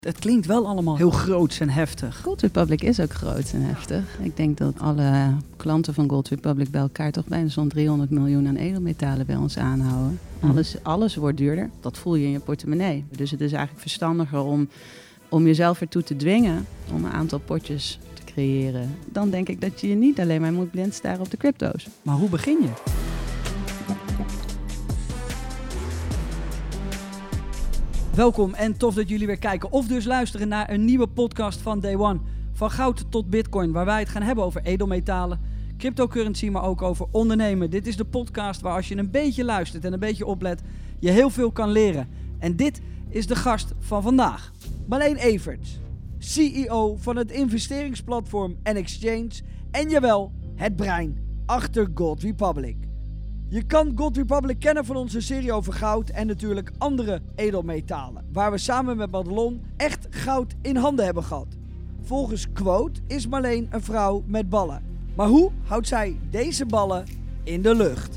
Het klinkt wel allemaal heel groots en heftig. Gold Republic is ook groot en heftig. Ik denk dat alle klanten van Gold Republic bij elkaar toch bijna zo'n 300 miljoen aan edelmetalen bij ons aanhouden. Alles wordt duurder. Dat voel je in je portemonnee. Dus het is eigenlijk verstandiger om jezelf ertoe te dwingen om een aantal potjes te creëren. Dan denk ik dat je je niet alleen maar moet blind staren op de crypto's. Maar hoe begin je? Welkom en tof dat jullie weer kijken of dus luisteren naar een nieuwe podcast van Day One. Van goud tot bitcoin, waar wij het gaan hebben over edelmetalen, cryptocurrency, maar ook over ondernemen. Dit is de podcast waar als je een beetje luistert en een beetje oplet, je heel veel kan leren. En dit is de gast van vandaag. Marleen Everts, CEO van het investeringsplatform en exchange en jawel, het brein achter Gold Republic. Je kan Gold Republic kennen van onze serie over goud en natuurlijk andere edelmetalen, waar we samen met Madelon echt goud in handen hebben gehad. Volgens Quote is Marleen een vrouw met ballen. Maar hoe houdt zij deze ballen in de lucht?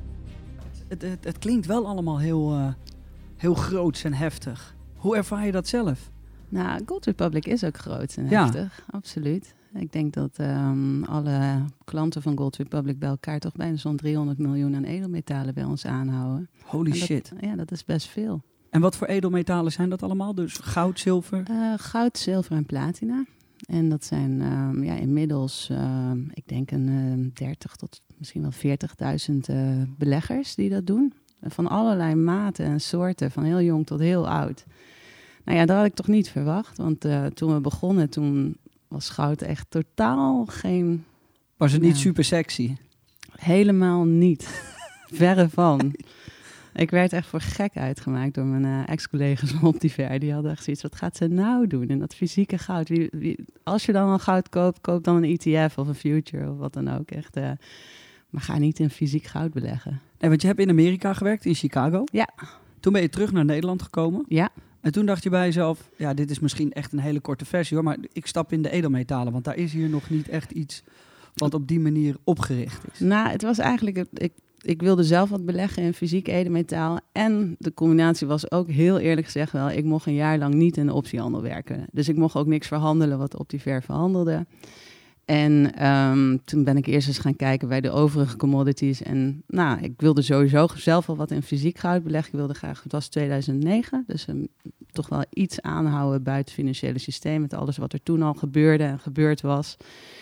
Het klinkt wel allemaal heel groots en heftig. Hoe ervaar je dat zelf? Nou, Gold Republic is ook groot en heftig, absoluut. Ik denk dat alle klanten van Gold Republic bij elkaar toch bijna zo'n 300 miljoen aan edelmetalen bij ons aanhouden. Holy shit. Ja, dat is best veel. En wat voor edelmetalen zijn dat allemaal? Dus goud, zilver? Goud, zilver en platina. En dat zijn inmiddels, ik denk een 30 tot misschien wel 40.000 beleggers die dat doen. Van allerlei maten en soorten, van heel jong tot heel oud. Nou ja, dat had ik toch niet verwacht. Want toen we begonnen, toen was goud echt totaal geen... Was het niet super sexy? Helemaal niet. Verre van. Ik werd echt voor gek uitgemaakt door mijn ex-collega's van Optiver. Die hadden echt zoiets, wat gaat ze nou doen in dat fysieke goud? Als je dan al goud koopt, koop dan een ETF of een future of wat dan ook. Echt, maar ga niet in fysiek goud beleggen. Nee, want je hebt in Amerika gewerkt, in Chicago. Ja. Toen ben je terug naar Nederland gekomen. Ja. En toen dacht je bij jezelf, ja, dit is misschien echt een hele korte versie hoor, maar ik stap in de edelmetalen, want daar is hier nog niet echt iets wat op die manier opgericht is. Nou, het was eigenlijk, ik wilde zelf wat beleggen in fysiek edelmetaal en de combinatie was ook heel eerlijk gezegd wel, ik mocht een jaar lang niet in de optiehandel werken. Dus ik mocht ook niks verhandelen wat Optiver verhandelde. En toen ben ik eerst eens gaan kijken bij de overige commodities. En nou, ik wilde sowieso zelf wel wat in fysiek goud beleggen. Ik wilde graag, het was 2009, dus toch wel iets aanhouden buiten het financiële systeem. Met alles wat er toen al gebeurde en gebeurd was.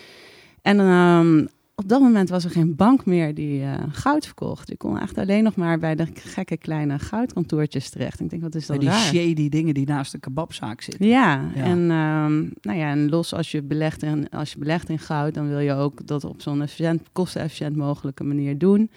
En op dat moment was er geen bank meer die goud verkocht. Ik kon echt alleen nog maar bij de gekke kleine goudkantoortjes terecht. Ik denk, wat is dat die raar? shady dingen die naast de kebabzaak zitten. Ja. En los als je belegt in goud, dan wil je ook dat op zo'n kostenefficiënt mogelijke manier doen.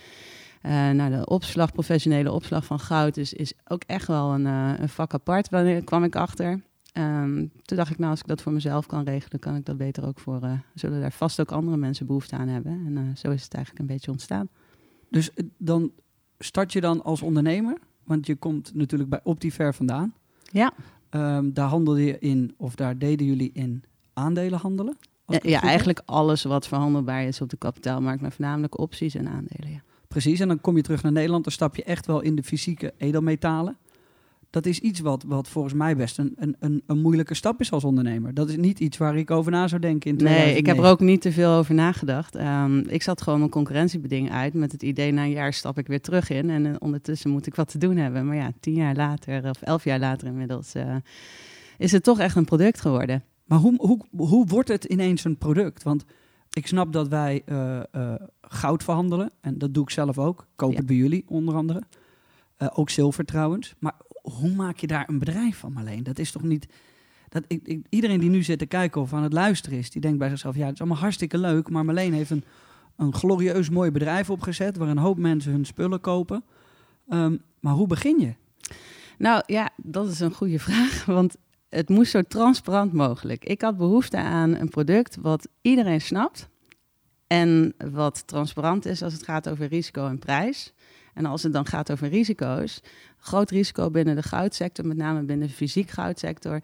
De professionele opslag van goud is ook echt wel een vak apart. Wanneer kwam ik achter? Toen dacht ik, nou, als ik dat voor mezelf kan regelen, kan ik dat beter ook zullen daar vast ook andere mensen behoefte aan hebben. En zo is het eigenlijk een beetje ontstaan. Dus dan start je dan als ondernemer, want je komt natuurlijk bij Optiver vandaan. Ja. Daar handelde je in, of daar deden jullie in aandelen handelen? Ja, eigenlijk alles wat verhandelbaar is op de kapitaalmarkt, maar voornamelijk opties en aandelen, ja. Precies, en dan kom je terug naar Nederland, dan stap je echt wel in de fysieke edelmetalen. Dat is iets wat volgens mij best een moeilijke stap is als ondernemer. Dat is niet iets waar ik over na zou denken in 2009. Nee, ik heb er ook niet te veel over nagedacht. Ik zat gewoon mijn concurrentiebeding uit met het idee, na een jaar stap ik weer terug in. En ondertussen moet ik wat te doen hebben. Maar ja, 10 jaar later, of 11 jaar later inmiddels, is het toch echt een product geworden. Maar hoe wordt het ineens een product? Want ik snap dat wij goud verhandelen. En dat doe ik zelf ook. Koop het bij jullie, onder andere. Ook zilver trouwens. Maar hoe maak je daar een bedrijf van, Marleen? Dat is toch niet... Iedereen die nu zit te kijken of aan het luisteren is, die denkt bij zichzelf, ja, het is allemaal hartstikke leuk, maar Marleen heeft een glorieus mooi bedrijf opgezet, waar een hoop mensen hun spullen kopen. Maar hoe begin je? Nou ja, dat is een goede vraag, want het moest zo transparant mogelijk. Ik had behoefte aan een product wat iedereen snapt en wat transparant is als het gaat over risico en prijs. En als het dan gaat over risico's, groot risico binnen de goudsector, met name binnen de fysiek goudsector,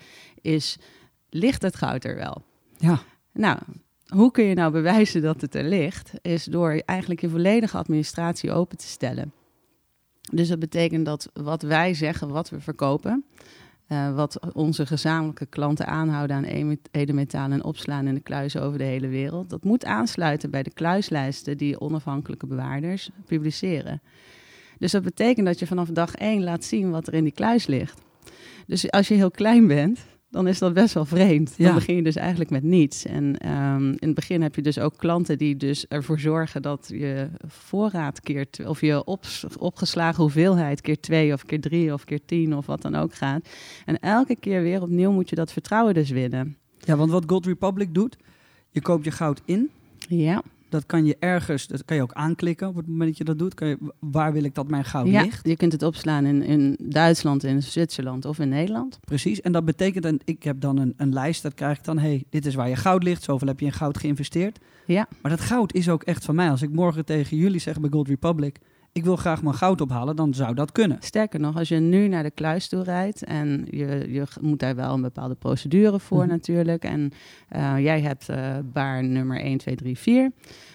ligt het goud er wel? Ja. Nou, hoe kun je nou bewijzen dat het er ligt? Is door eigenlijk je volledige administratie open te stellen. Dus dat betekent dat wat wij zeggen, wat we verkopen, Wat onze gezamenlijke klanten aanhouden aan edelmetalen en opslaan in de kluizen over de hele wereld. Dat moet aansluiten bij de kluislijsten die onafhankelijke bewaarders publiceren. Dus dat betekent dat je vanaf dag 1 laat zien wat er in die kluis ligt. Dus als je heel klein bent, dan is dat best wel vreemd. Dan begin je dus eigenlijk met niets. En in het begin heb je dus ook klanten die dus ervoor zorgen dat je voorraad of je opgeslagen hoeveelheid keer 2 of keer 3 of keer 10 of wat dan ook gaat. En elke keer weer opnieuw moet je dat vertrouwen dus winnen. Ja, want wat Gold Republic doet, je koopt je goud in. Ja. Dat kan je ergens, dat kan je ook aanklikken op het moment dat je dat doet. Waar wil ik dat mijn goud ligt? Je kunt het opslaan in Duitsland, in Zwitserland of in Nederland. Precies, en dat betekent, en ik heb dan een lijst, dat krijg ik dan, dit is waar je goud ligt, zoveel heb je in goud geïnvesteerd. Ja. Maar dat goud is ook echt van mij. Als ik morgen tegen jullie zeg bij Gold Republic, ik wil graag mijn goud ophalen, dan zou dat kunnen. Sterker nog, als je nu naar de kluis toe rijdt en je moet daar wel een bepaalde procedure voor natuurlijk. En jij hebt baar nummer 1, 2, 3, 4.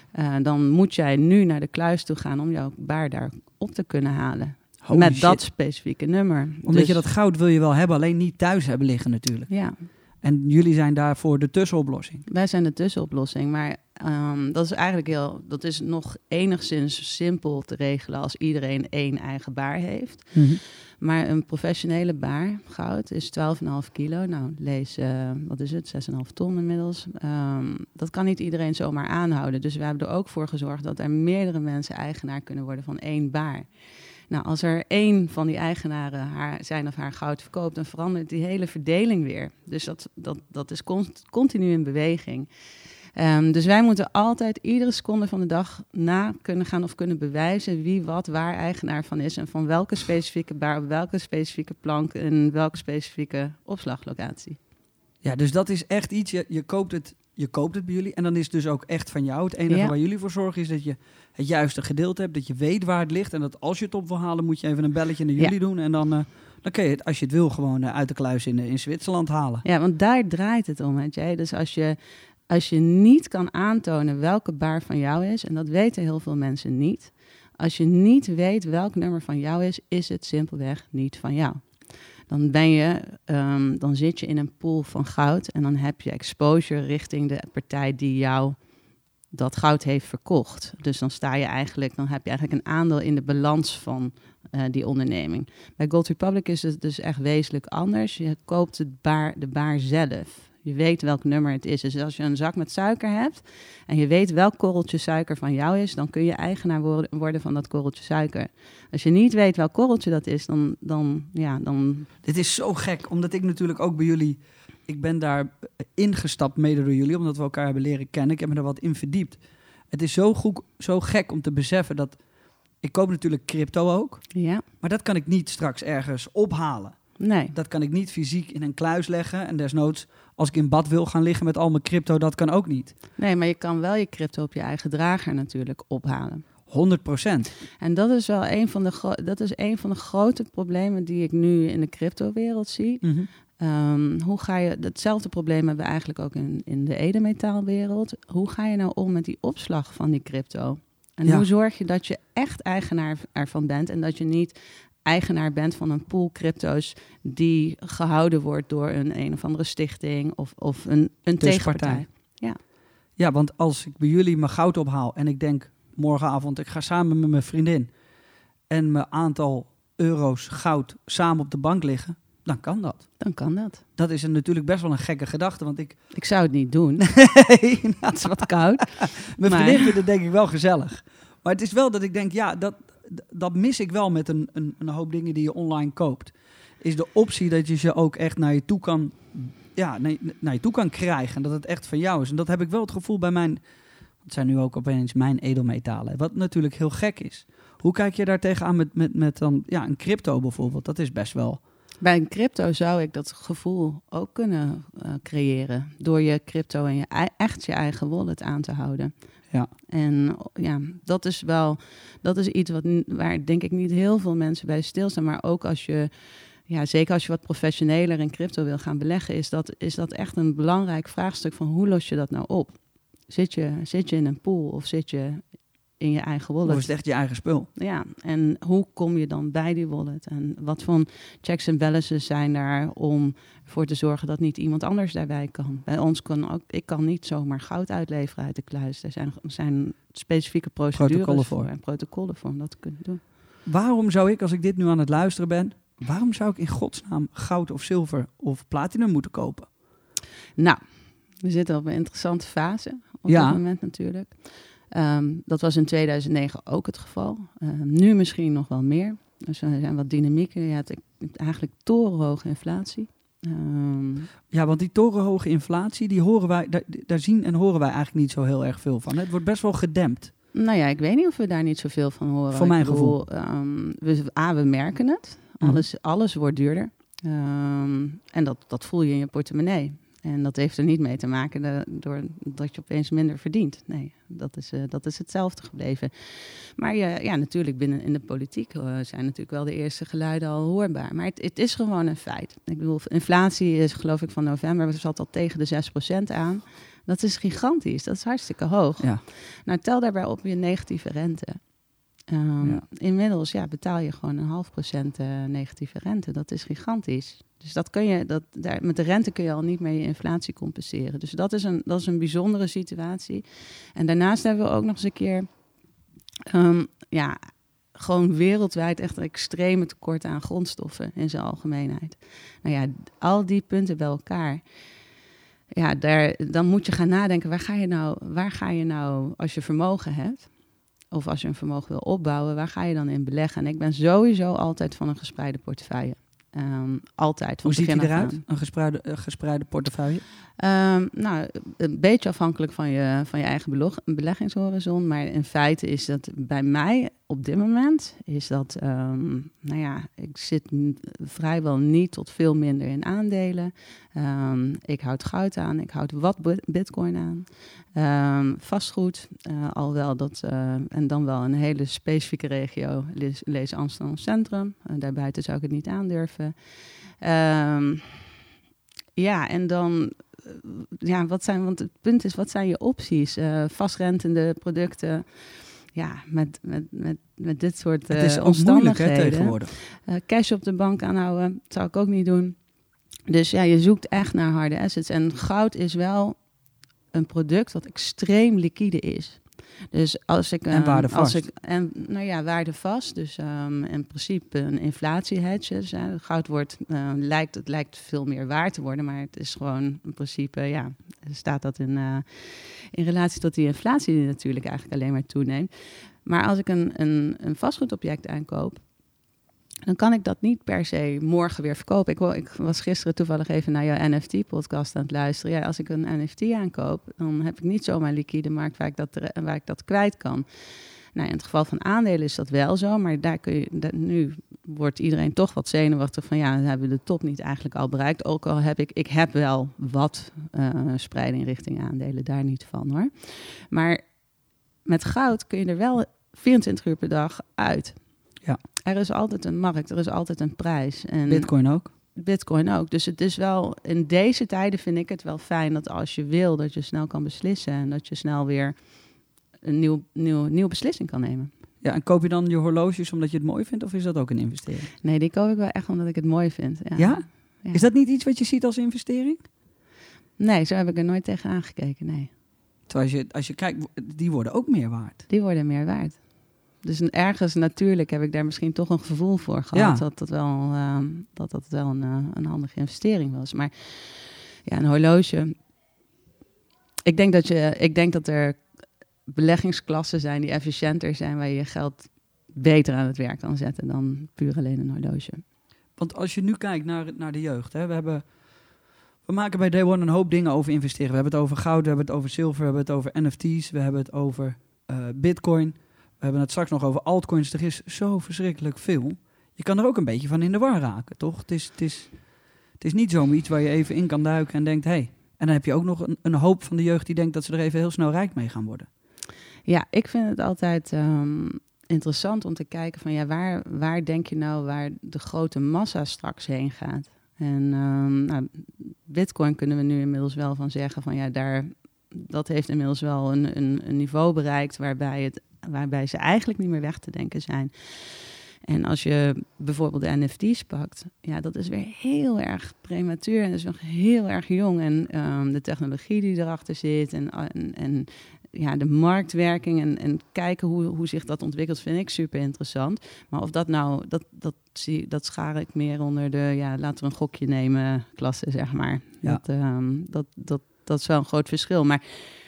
Dan moet jij nu naar de kluis toe gaan om jouw baar daar op te kunnen halen. Holy met shit. dat specifieke nummer. Omdat je dat goud wil je wel hebben, alleen niet thuis hebben liggen natuurlijk. Ja. En jullie zijn daarvoor de tussenoplossing. Wij zijn de tussenoplossing, maar dat is eigenlijk dat is nog enigszins simpel te regelen als iedereen 1 eigen baar heeft. Mm-hmm. Maar een professionele baar, goud, is 12,5 kilo. Nou, lees, wat is het, 6,5 ton inmiddels. Dat kan niet iedereen zomaar aanhouden. Dus we hebben er ook voor gezorgd dat er meerdere mensen eigenaar kunnen worden van 1 baar. Nou, als er 1 van die eigenaren zijn of haar goud verkoopt, dan verandert die hele verdeling weer. Dus dat is continu in beweging. Dus wij moeten altijd iedere seconde van de dag na kunnen gaan of kunnen bewijzen wie wat waar eigenaar van is en van welke specifieke baar op welke specifieke plank en welke specifieke opslaglocatie. Ja, dus dat is echt iets, je koopt het bij jullie en dan is het dus ook echt van jou. Het enige waar jullie voor zorgen is dat je het juiste gedeelte hebt, dat je weet waar het ligt en dat als je het op wil halen moet je even een belletje naar jullie doen en dan kun je het, als je het wil, gewoon uit de kluis in Zwitserland halen. Ja, want daar draait het om, weet je. Dus als je niet kan aantonen welke baar van jou is, en dat weten heel veel mensen niet. Als je niet weet welk nummer van jou is het simpelweg niet van jou. Dan zit je in een pool van goud en dan heb je exposure richting de partij die jou dat goud heeft verkocht. Dus dan heb je eigenlijk een aandeel in de balans van die onderneming. Bij Gold Republic is het dus echt wezenlijk anders. Je koopt de baar zelf. Je weet welk nummer het is. Dus als je een zak met suiker hebt en je weet welk korreltje suiker van jou is, dan kun je eigenaar worden van dat korreltje suiker. Als je niet weet welk korreltje dat is, dan... Dit is zo gek, omdat ik natuurlijk ook bij jullie... Ik ben daar ingestapt mede door jullie, omdat we elkaar hebben leren kennen. Ik heb me er wat in verdiept. Het is zo gek om te beseffen dat... Ik koop natuurlijk crypto ook, maar dat kan ik niet straks ergens ophalen. Nee. Dat kan ik niet fysiek in een kluis leggen. En desnoods, als ik in bad wil gaan liggen met al mijn crypto, dat kan ook niet. Nee, maar je kan wel je crypto op je eigen drager natuurlijk ophalen. 100%. En dat is wel een van de grote problemen die ik nu in de cryptowereld zie. Mm-hmm. Hoe ga je, hetzelfde probleem hebben we eigenlijk ook in de edelmetaalwereld. Hoe ga je nou om met die opslag van die crypto? En hoe zorg je dat je echt eigenaar ervan bent en dat je niet eigenaar bent van een pool crypto's die gehouden wordt door een of andere stichting of een tegenpartij. Ja, want als ik bij jullie mijn goud ophaal en ik denk morgenavond, ik ga samen met mijn vriendin en mijn aantal euro's goud samen op de bank liggen, dan kan dat. Dan kan dat. Dat is natuurlijk best wel een gekke gedachte, want ik zou het niet doen. Nee, het is wat koud. Mijn vriendin vindt het denk ik wel gezellig. Maar het is wel dat ik denk, ja, dat mis ik wel met een hoop dingen die je online koopt. Is de optie dat je ze ook echt naar je toe kan, naar je toe kan krijgen. En dat het echt van jou is. En dat heb ik wel het gevoel bij het zijn nu ook opeens mijn edelmetalen. Wat natuurlijk heel gek is. Hoe kijk je daar tegenaan met dan, een crypto bijvoorbeeld? Dat is best wel... Bij een crypto zou ik dat gevoel ook kunnen creëren. Door je crypto en je eigen wallet aan te houden. Ja. En dat is iets waar denk ik niet heel veel mensen bij stilstaan. Maar ook zeker als je wat professioneler in crypto wil gaan beleggen, is dat echt een belangrijk vraagstuk van hoe los je dat nou op? Zit je in een pool of zit je in je eigen wallet. Of is het echt je eigen spul? Ja, en hoe kom je dan bij die wallet? En wat voor checks en balances zijn daar om ervoor te zorgen dat niet iemand anders daarbij kan? Bij ons ik kan niet zomaar goud uitleveren uit de kluis. Er zijn specifieke procedures voor en protocollen voor om dat te kunnen doen. Waarom zou ik, als ik dit nu aan het luisteren ben, waarom zou ik in godsnaam goud of zilver of platinum moeten kopen? Nou, we zitten op een interessante fase op dit moment natuurlijk. Dat was in 2009 ook het geval. Nu misschien nog wel meer. Dus er zijn wat dynamieken. Je hebt eigenlijk torenhoge inflatie. Ja, want die torenhoge inflatie, die horen wij, daar zien en horen wij eigenlijk niet zo heel erg veel van. Het wordt best wel gedempt. Nou ja, ik weet niet of we daar niet zoveel van horen. Voor mijn gevoel. We merken het. Alles wordt duurder. En dat voel je in je portemonnee. En dat heeft er niet mee te maken doordat je opeens minder verdient. Nee, dat is hetzelfde gebleven. Maar natuurlijk binnen in de politiek zijn natuurlijk wel de eerste geluiden al hoorbaar. Maar het is gewoon een feit. Ik bedoel, inflatie is geloof ik van november, zat al tegen de 6% aan. Dat is gigantisch, dat is hartstikke hoog. Ja. Nou, tel daarbij op je negatieve rente. Inmiddels betaal je gewoon 0,5% negatieve rente. Dat is gigantisch. Dus met de rente kun je al niet meer je inflatie compenseren. Dus dat is een bijzondere situatie. En daarnaast hebben we ook nog eens een keer gewoon wereldwijd echt een extreme tekort aan grondstoffen in zijn algemeenheid. Nou ja, al die punten bij elkaar. Ja, dan moet je gaan nadenken, waar ga je nou als je vermogen hebt? Of als je een vermogen wil opbouwen, waar ga je dan in beleggen? En ik ben sowieso altijd van een gespreide portefeuille. Altijd. Hoe ziet die eruit, een gespreide portefeuille? Een beetje afhankelijk van je eigen beleggingshorizon. Maar in feite is dat bij mij op dit moment, ik zit vrijwel niet tot veel minder in aandelen. Ik houd goud aan, ik houd wat bitcoin aan. Vastgoed, en dan wel een hele specifieke regio, lees Amsterdam Centrum. Daarbuiten zou ik het niet aandurven. En dan, want het punt is, wat zijn je opties? Vastrentende producten, met dit soort het is omstandigheden. Moeilijk, hè, tegenwoordig. Cash op de bank aanhouden, dat zou ik ook niet doen. Dus je zoekt echt naar harde assets. En goud is wel een product dat extreem liquide is. Dus als ik en waardevast. Waardevast. Dus in principe een inflatie-hedge. Dus, goud lijkt veel meer waard te worden, maar het is gewoon in principe, staat dat in relatie tot die inflatie die natuurlijk eigenlijk alleen maar toeneemt. Maar als ik een vastgoedobject aankoop, dan kan ik dat niet per se morgen weer verkopen. Ik was gisteren toevallig even naar jouw NFT-podcast aan het luisteren. Ja, als ik een NFT aankoop, dan heb ik niet zomaar liquide markt waar ik dat kwijt kan. Nou, in het geval van aandelen is dat wel zo, maar nu wordt iedereen toch wat zenuwachtig van dan hebben we de top niet eigenlijk al bereikt. Ook al heb ik heb wel wat spreiding richting aandelen, daar niet van hoor. Maar met goud kun je er wel 24 uur per dag uit. Ja. Er is altijd een markt, er is altijd een prijs. En Bitcoin ook. Dus het is wel, in deze tijden vind ik het wel fijn dat als je wil, dat je snel kan beslissen en dat je snel weer een nieuwe beslissing kan nemen. Ja, en koop je dan je horloges omdat je het mooi vindt of is dat ook een investering? Nee, die koop ik wel echt omdat ik het mooi vind. Ja? Ja? Is dat niet iets wat je ziet als investering? Nee, zo heb ik er nooit tegen aangekeken, nee. Terwijl als je kijkt, die worden ook meer waard. Die worden meer waard. Dus ergens natuurlijk heb ik daar misschien toch een gevoel voor gehad dat dat wel een handige investering was. Maar een horloge. Ik denk dat er beleggingsklassen zijn die efficiënter zijn, waar je je geld beter aan het werk kan zetten dan puur alleen een horloge. Want als je nu kijkt naar de jeugd, hè, we maken bij Day One een hoop dingen over investeren. We hebben het over goud, we hebben het over zilver, we hebben het over NFT's, we hebben het over bitcoin. We hebben het straks nog over altcoins. Er is zo verschrikkelijk veel. Je kan er ook een beetje van in de war raken, toch? Het is niet zoiets waar je even in kan duiken en denkt, hey. En dan heb je ook nog een hoop van de jeugd die denkt dat ze er even heel snel rijk mee gaan worden. Ja, ik vind het altijd interessant om te kijken van waar denk je nou waar de grote massa straks heen gaat? En Bitcoin kunnen we nu inmiddels wel van zeggen van dat heeft inmiddels wel een niveau bereikt waarbij het waarbij ze eigenlijk niet meer weg te denken zijn. En als je bijvoorbeeld de NFT's pakt, ja, dat is weer heel erg prematuur en dat is nog heel erg jong. En de technologie die erachter zit en ja, de marktwerking en kijken hoe zich dat ontwikkelt, vind ik super interessant. Maar of dat nou, dat schaar ik meer onder de, ja, laten we een gokje nemen klasse, zeg maar. Ja. Dat is wel een groot verschil. Maar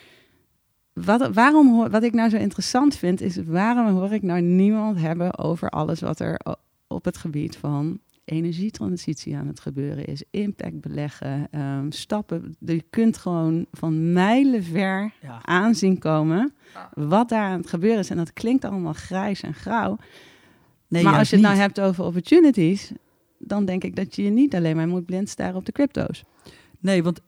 wat ik nou zo interessant vind, is waarom hoor ik nou niemand hebben over alles wat er op het gebied van energietransitie aan het gebeuren is. Impact beleggen, stappen. Je kunt gewoon van mijlenver aanzien komen wat daar aan het gebeuren is. En dat klinkt allemaal grijs en grauw. Nee, maar als je het nou hebt over opportunities, dan denk ik dat je je niet alleen maar moet blind staren op de crypto's. Nee, want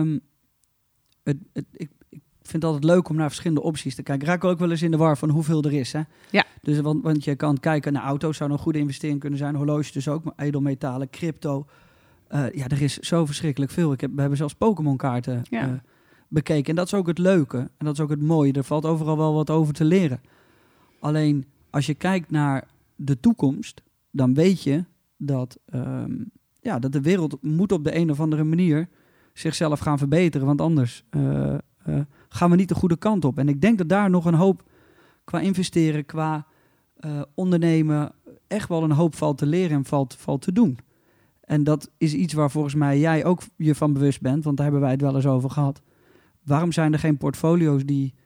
ik vind het altijd leuk om naar verschillende opties te kijken. Ik raak ook wel eens in de war van hoeveel er is. Hè? Ja. Dus, want je kan kijken naar auto's, zou een goede investering kunnen zijn. Horloges dus ook, maar edelmetalen, crypto. Er is zo verschrikkelijk veel. We hebben zelfs Pokémon-kaarten bekeken. En dat is ook het leuke. En dat is ook het mooie. Er valt overal wel wat over te leren. Alleen, als je kijkt naar de toekomst, dan weet je dat de wereld moet op de een of andere manier zichzelf gaan verbeteren. Want anders gaan we niet de goede kant op. En ik denk dat daar nog een hoop qua investeren, qua ondernemen, echt wel een hoop valt te leren en valt te doen. En dat is iets waar volgens mij jij ook je van bewust bent, want daar hebben wij het wel eens over gehad. Waarom zijn er geen portfolio's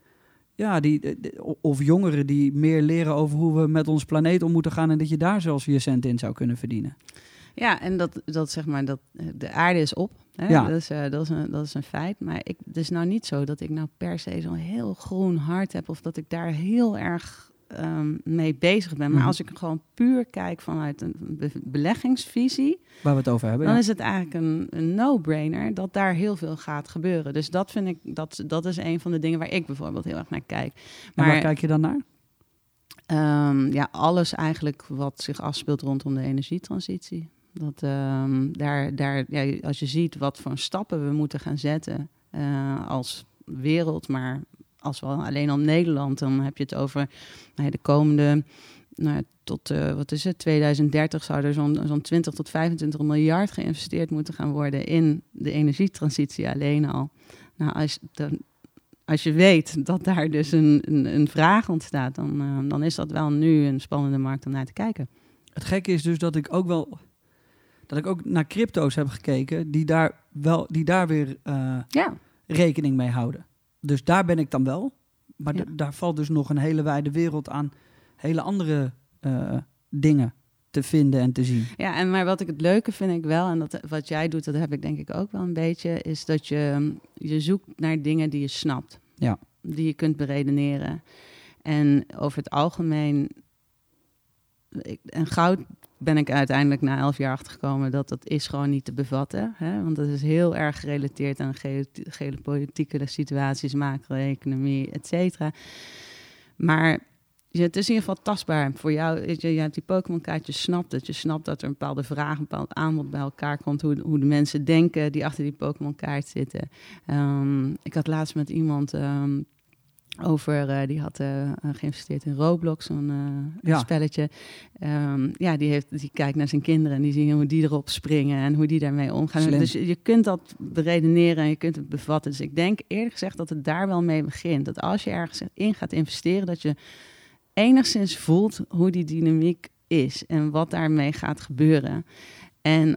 of jongeren die meer leren over hoe we met ons planeet om moeten gaan en dat je daar zelfs je cent in zou kunnen verdienen? Ja, en dat zeg maar, dat de aarde is op. Hè? Ja. Dat is een feit. Maar het is nou niet zo dat ik nou per se zo'n heel groen hart heb of dat ik daar heel erg mee bezig ben. Maar als ik gewoon puur kijk vanuit een beleggingsvisie, waar we het over hebben, dan is het eigenlijk een no-brainer dat daar heel veel gaat gebeuren. Dus dat vind ik, dat is een van de dingen waar ik bijvoorbeeld heel erg naar kijk. Maar waar kijk je dan naar? Alles eigenlijk wat zich afspeelt rondom de energietransitie. Als je ziet wat voor stappen we moeten gaan zetten als wereld, maar als we alleen al Nederland, dan heb je het over de komende, tot 2030 zou er zo'n 20 tot 25 miljard geïnvesteerd moeten gaan worden in de energietransitie alleen al. Nou, als je weet dat daar dus een vraag ontstaat, dan is dat wel nu een spannende markt om naar te kijken. Het gekke is dus dat ik ook naar crypto's heb gekeken die daar weer rekening mee houden. Dus daar ben ik dan wel. Maar daar valt dus nog een hele wijde wereld aan hele andere dingen te vinden en te zien. Ja, maar wat ik het leuke vind ik wel, en wat jij doet, dat heb ik denk ik ook wel een beetje, is dat je zoekt naar dingen die je snapt. Ja. Die je kunt beredeneren. En over het algemeen, en goud ben ik uiteindelijk na 11 jaar achtergekomen dat is gewoon niet te bevatten. Hè? Want dat is heel erg gerelateerd aan geopolitieke situaties, macro-economie, et cetera. Maar het is in ieder geval tastbaar. Voor jou, je hebt die Pokémon-kaartjes, snapt het. Je snapt dat er een bepaalde vraag, een bepaald aanbod bij elkaar komt. Hoe de mensen denken die achter die Pokémon-kaart zitten. Ik had laatst met iemand die had geïnvesteerd in Roblox, een spelletje. Die kijkt naar zijn kinderen en die zien hoe die erop springen en hoe die daarmee omgaan. Slim. Dus je kunt dat beredeneren en je kunt het bevatten. Dus ik denk eerlijk gezegd dat het daar wel mee begint. Dat als je ergens in gaat investeren, dat je enigszins voelt hoe die dynamiek is en wat daarmee gaat gebeuren. En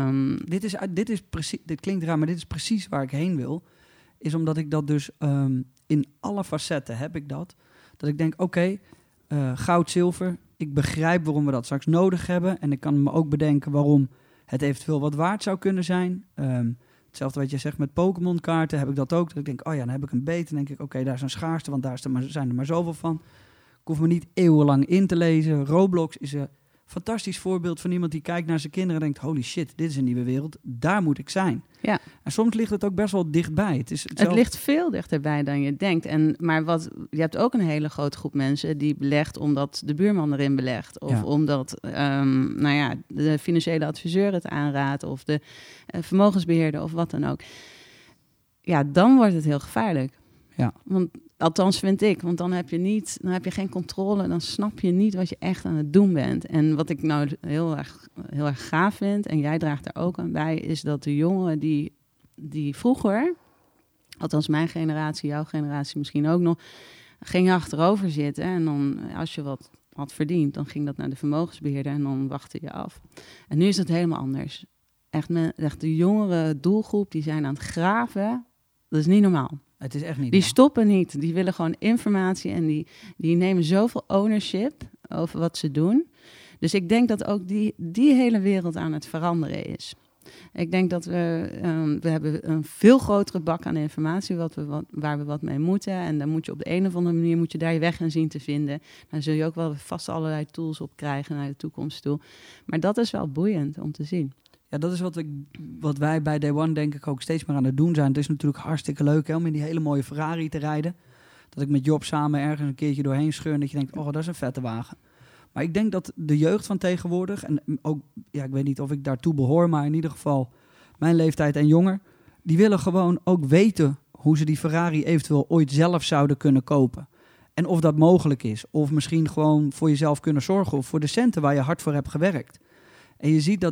dit klinkt raar, maar dit is precies waar ik heen wil. Is omdat ik dat dus in alle facetten heb ik dat. Dat ik denk, oké, goud, zilver. Ik begrijp waarom we dat straks nodig hebben. En ik kan me ook bedenken waarom het eventueel wat waard zou kunnen zijn. Hetzelfde wat je zegt met Pokémon-kaarten heb ik dat ook. Dat ik denk, dan heb ik een beet. Dan denk ik, oké, daar is een schaarste, want zijn er maar zoveel van. Ik hoef me niet eeuwenlang in te lezen. Roblox is een fantastisch voorbeeld van iemand die kijkt naar zijn kinderen en denkt, holy shit, dit is een nieuwe wereld. Daar moet ik zijn. Ja. En soms ligt het ook best wel dichtbij. Het ligt veel dichterbij dan je denkt. Je hebt ook een hele grote groep mensen die belegt omdat de buurman erin belegt. Of omdat de financiële adviseur het aanraadt. Of de vermogensbeheerder of wat dan ook. Ja, dan wordt het heel gevaarlijk. Ja. Want Althans vind ik, want dan heb je geen controle, dan snap je niet wat je echt aan het doen bent. En wat ik nou heel erg gaaf vind, en jij draagt er ook aan bij, is dat de jongeren die vroeger, althans mijn generatie, jouw generatie misschien ook nog, gingen achterover zitten. En dan, als je wat had verdiend, dan ging dat naar de vermogensbeheerder en dan wachtte je af. En nu is het helemaal anders. Echt de jongere doelgroep, die zijn aan het graven. Dat is niet normaal. Het is echt niet. Die stoppen niet. Die willen gewoon informatie en die nemen zoveel ownership over wat ze doen. Dus ik denk dat ook die hele wereld aan het veranderen is. Ik denk dat we hebben een veel grotere bak aan informatie waar we wat mee moeten. En dan moet je op de een of andere manier daar je weg in zien te vinden. Dan zul je ook wel vast allerlei tools op krijgen naar de toekomst toe. Maar dat is wel boeiend om te zien. Ja, dat is wat wij bij Day One denk ik ook steeds meer aan het doen zijn. Het is natuurlijk hartstikke leuk hè, om in die hele mooie Ferrari te rijden. Dat ik met Job samen ergens een keertje doorheen scheur en dat je denkt, oh, dat is een vette wagen. Maar ik denk dat de jeugd van tegenwoordig, en ook, ja, ik weet niet of ik daartoe behoor, maar in ieder geval mijn leeftijd en jonger, die willen gewoon ook weten hoe ze die Ferrari eventueel ooit zelf zouden kunnen kopen. En of dat mogelijk is. Of misschien gewoon voor jezelf kunnen zorgen of voor de centen waar je hard voor hebt gewerkt. En je ziet dat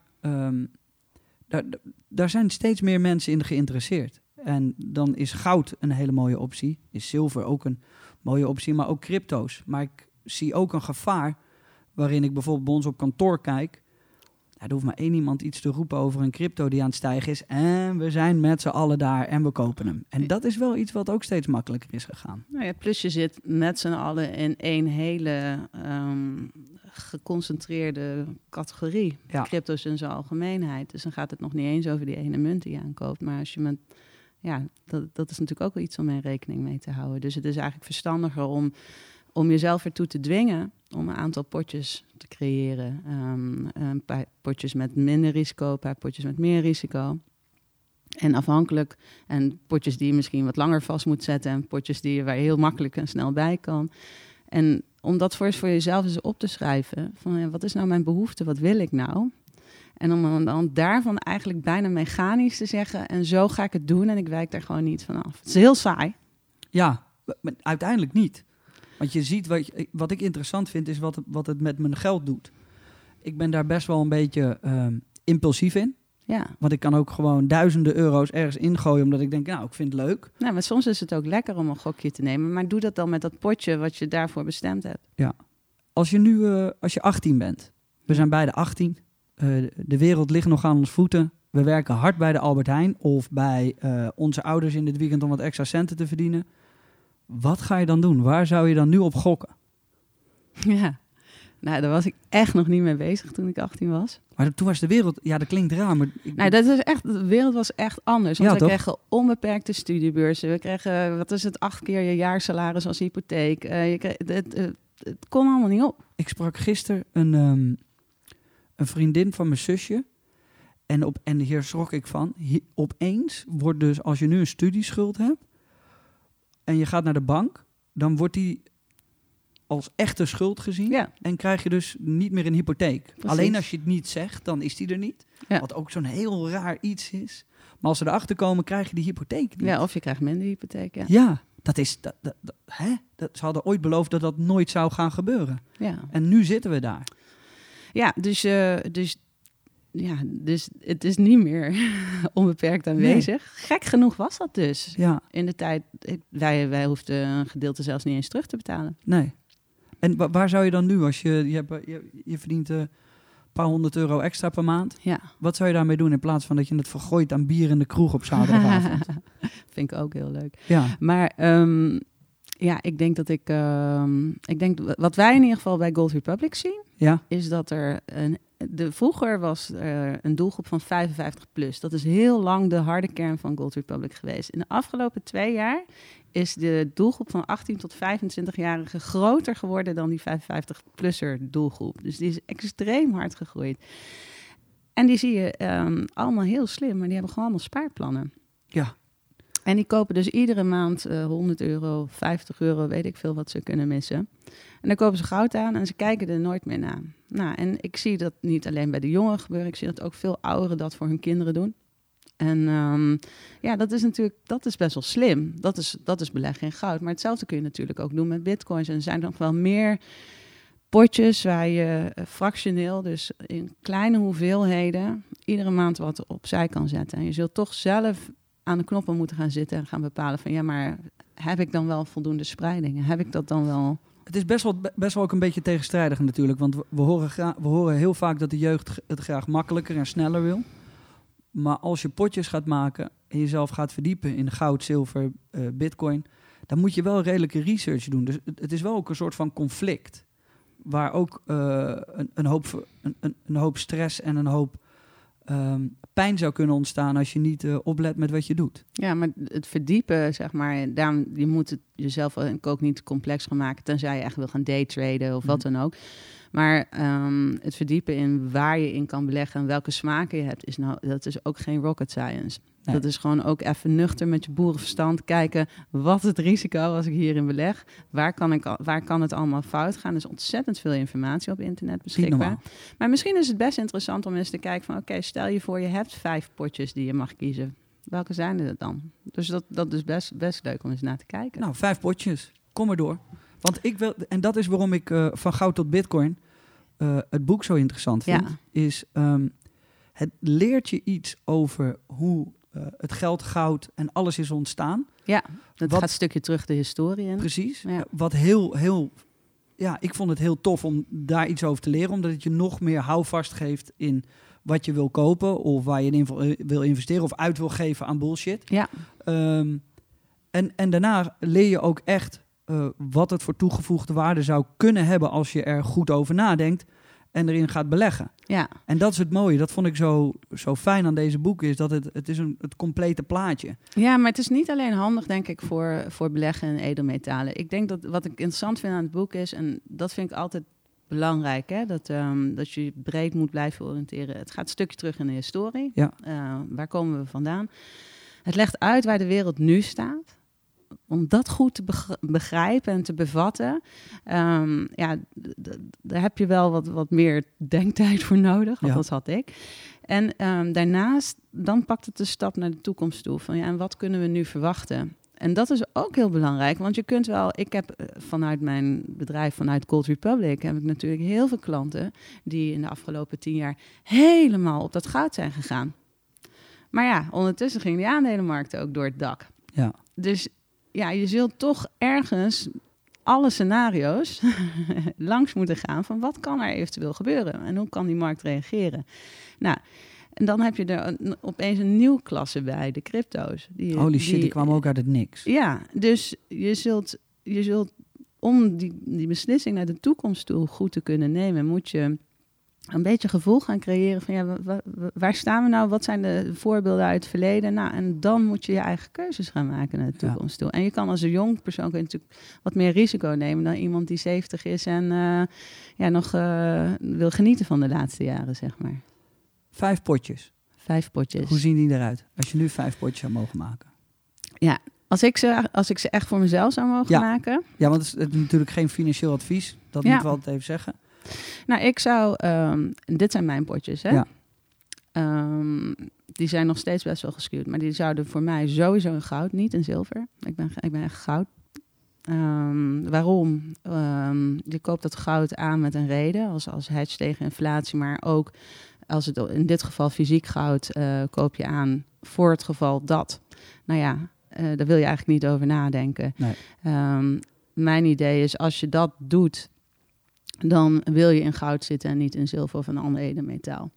daar zijn steeds meer mensen in geïnteresseerd. En dan is goud een hele mooie optie. Is zilver ook een mooie optie, maar ook crypto's. Maar ik zie ook een gevaar waarin ik bijvoorbeeld bij ons op kantoor kijk. Er hoeft maar één iemand iets te roepen over een crypto die aan het stijgen is. En we zijn met z'n allen daar en we kopen hem. En dat is wel iets wat ook steeds makkelijker is gegaan. Nou ja, plus je zit met z'n allen in één hele geconcentreerde categorie. Ja. Crypto's in zijn algemeenheid. Dus dan gaat het nog niet eens over die ene munt die je aankoopt. Maar als je dat is natuurlijk ook wel iets om in rekening mee te houden. Dus het is eigenlijk verstandiger om jezelf ertoe te dwingen om een aantal potjes te creëren. Een paar potjes met minder risico, een paar potjes met meer risico. En potjes die je misschien wat langer vast moet zetten en potjes waar je heel makkelijk en snel bij kan. En om dat voor jezelf eens op te schrijven, van wat is nou mijn behoefte, wat wil ik nou? En om dan daarvan eigenlijk bijna mechanisch te zeggen, en zo ga ik het doen en ik wijk daar gewoon niet van af. Het is heel saai. Ja, maar uiteindelijk niet. Want je ziet, wat ik interessant vind, is wat het met mijn geld doet. Ik ben daar best wel een beetje impulsief in. Ja. Want ik kan ook gewoon duizenden euro's ergens ingooien, omdat ik denk, nou, ik vind het leuk. Nou, maar soms is het ook lekker om een gokje te nemen. Maar doe dat dan met dat potje wat je daarvoor bestemd hebt. Ja. Als je 18 bent, we zijn beide 18, de wereld ligt nog aan ons voeten. We werken hard bij de Albert Heijn of bij onze ouders in het weekend om wat extra centen te verdienen. Wat ga je dan doen? Waar zou je dan nu op gokken? Ja, nou, daar was ik echt nog niet mee bezig toen ik 18 was. Maar toen was de wereld, ja, dat klinkt raar, maar... De wereld was echt anders. Want we kregen onbeperkte studiebeurzen. We kregen, 8 keer je jaarsalaris als hypotheek. Het kon allemaal niet op. Ik sprak gisteren een vriendin van mijn zusje. En hier schrok ik van. Opeens wordt dus, als je nu een studieschuld hebt en je gaat naar de bank, dan wordt die als echte schuld gezien. Ja. En krijg je dus niet meer een hypotheek. Precies. Alleen als je het niet zegt, dan is die er niet. Ja. Wat ook zo'n heel raar iets is. Maar als ze erachter komen, krijg je die hypotheek niet. Ja, of je krijgt minder hypotheek, ja. Ja, dat is... Ze hadden ooit beloofd dat dat nooit zou gaan gebeuren. Ja. En nu zitten we daar. Ja, dus het is niet meer onbeperkt aanwezig. Nee. Gek genoeg was dat dus. Ja. In de tijd, wij hoefden een gedeelte zelfs niet eens terug te betalen. Nee. En waar zou je dan nu, als je verdient een paar €100 extra per maand. Ja. Wat zou je daarmee doen in plaats van dat je het vergooit aan bier in de kroeg op zaterdagavond? Vind ik ook heel leuk. Ja. Maar ik denk dat wat wij in ieder geval bij Gold Republic zien, is dat er vroeger was er een doelgroep van 55 plus. Dat is heel lang de harde kern van Gold Republic geweest. In de afgelopen 2 jaar is de doelgroep van 18 tot 25-jarigen groter geworden dan die 55-plusser doelgroep. Dus die is extreem hard gegroeid. En die zie je allemaal heel slim, maar die hebben gewoon allemaal spaarplannen. Ja. En die kopen dus iedere maand €100, €50, weet ik veel wat ze kunnen missen. En dan kopen ze goud aan en ze kijken er nooit meer naar. Nou, en ik zie dat niet alleen bij de jongeren gebeuren. Ik zie dat ook veel ouderen dat voor hun kinderen doen. En dat is best wel slim. Dat is beleggen in goud. Maar hetzelfde kun je natuurlijk ook doen met bitcoins. En er zijn nog wel meer potjes waar je fractioneel, dus in kleine hoeveelheden, iedere maand wat opzij kan zetten. En je zult toch zelf aan de knoppen moeten gaan zitten en gaan bepalen van, ja, maar heb ik dan wel voldoende spreidingen? Heb ik dat dan wel? Het is best wel ook een beetje tegenstrijdig natuurlijk. Want we horen heel vaak dat de jeugd het graag makkelijker en sneller wil. Maar als je potjes gaat maken en jezelf gaat verdiepen in goud, zilver, bitcoin, dan moet je wel redelijke research doen. Dus het is wel ook een soort van conflict. Waar ook een hoop stress en een hoop pijn zou kunnen ontstaan als je niet oplet met wat je doet. Ja, maar het verdiepen, zeg maar, je moet het jezelf ook niet complex gaan maken, tenzij je echt wil gaan daytraden of wat dan ook. Maar het verdiepen in waar je in kan beleggen en welke smaken je hebt, dat is ook geen rocket science. Nee. Dat is gewoon ook even nuchter met je boerenverstand kijken, wat is het risico als ik hierin beleg? Waar kan het allemaal fout gaan? Er is ontzettend veel informatie op internet beschikbaar. Maar misschien is het best interessant om eens te kijken van, oké, stel je voor je hebt 5 potjes die je mag kiezen. Welke zijn er dan? Dus dat is best leuk om eens naar te kijken. Nou, 5 potjes. Kom maar door. Want ik wil, en dat is waarom ik van goud tot bitcoin het boek zo interessant vind, is het leert je iets over hoe het geld, goud en alles is ontstaan. Ja, dat gaat een stukje terug de historie in. Precies. Ja. Wat heel, ik vond het heel tof om daar iets over te leren, omdat het je nog meer houvast geeft in wat je wil kopen of waar je in wil investeren of uit wil geven aan bullshit. Ja. En daarna leer je ook echt wat het voor toegevoegde waarde zou kunnen hebben als je er goed over nadenkt en erin gaat beleggen. Ja. En dat is het mooie. Dat vond ik zo fijn aan deze boeken, is dat het is het complete plaatje. Ja, maar het is niet alleen handig, denk ik, voor beleggen in edelmetalen. Ik denk dat wat ik interessant vind aan het boek is, en dat vind ik altijd belangrijk, hè, dat je breed moet blijven oriënteren. Het gaat een stukje terug in de historie. Ja. Waar komen we vandaan? Het legt uit waar de wereld nu staat. Om dat goed te begrijpen en te bevatten, daar heb je wel wat meer denktijd voor nodig. Want dat had ik. En daarnaast, dan pakt het een stap naar de toekomst toe. Van en wat kunnen we nu verwachten? En dat is ook heel belangrijk, want je kunt wel. Ik heb vanuit mijn bedrijf, vanuit Gold Republic, heb ik natuurlijk heel veel klanten die in de afgelopen 10 jaar helemaal op dat goud zijn gegaan. Maar ja, ondertussen ging die aandelenmarkt ook door het dak. Ja. Dus ja, je zult toch ergens alle scenario's langs moeten gaan van wat kan er eventueel gebeuren en hoe kan die markt reageren. Nou, en dan heb je er opeens een nieuwe klasse bij, de crypto's. Holy shit, die kwamen ook uit het niks. Ja, dus je zult om die beslissing naar de toekomst toe goed te kunnen nemen, moet je een beetje gevoel gaan creëren van waar staan we nou? Wat zijn de voorbeelden uit het verleden? Nou, en dan moet je je eigen keuzes gaan maken naar de toekomst toe. En je kan als een jong persoon natuurlijk wat meer risico nemen dan iemand die 70 is en nog wil genieten van de laatste jaren, zeg maar. 5 potjes. 5 potjes. Hoe zien die eruit? Als je nu 5 potjes zou mogen maken. Ja, als ik ze echt voor mezelf zou mogen maken. Ja, want het is natuurlijk geen financieel advies. Dat moeten we altijd even zeggen. Nou, ik zou... dit zijn mijn potjes, hè? Ja. Die zijn nog steeds best wel geskuwd. Maar die zouden voor mij sowieso in goud, niet in zilver. Ik ben echt goud. Waarom? Je koopt dat goud aan met een reden. Als hedge tegen inflatie. Maar ook als het in dit geval fysiek goud koop je aan voor het geval dat. Nou ja, daar wil je eigenlijk niet over nadenken. Nee. Mijn idee is, als je dat doet, dan wil je in goud zitten en niet in zilver of een ander edelmetaal.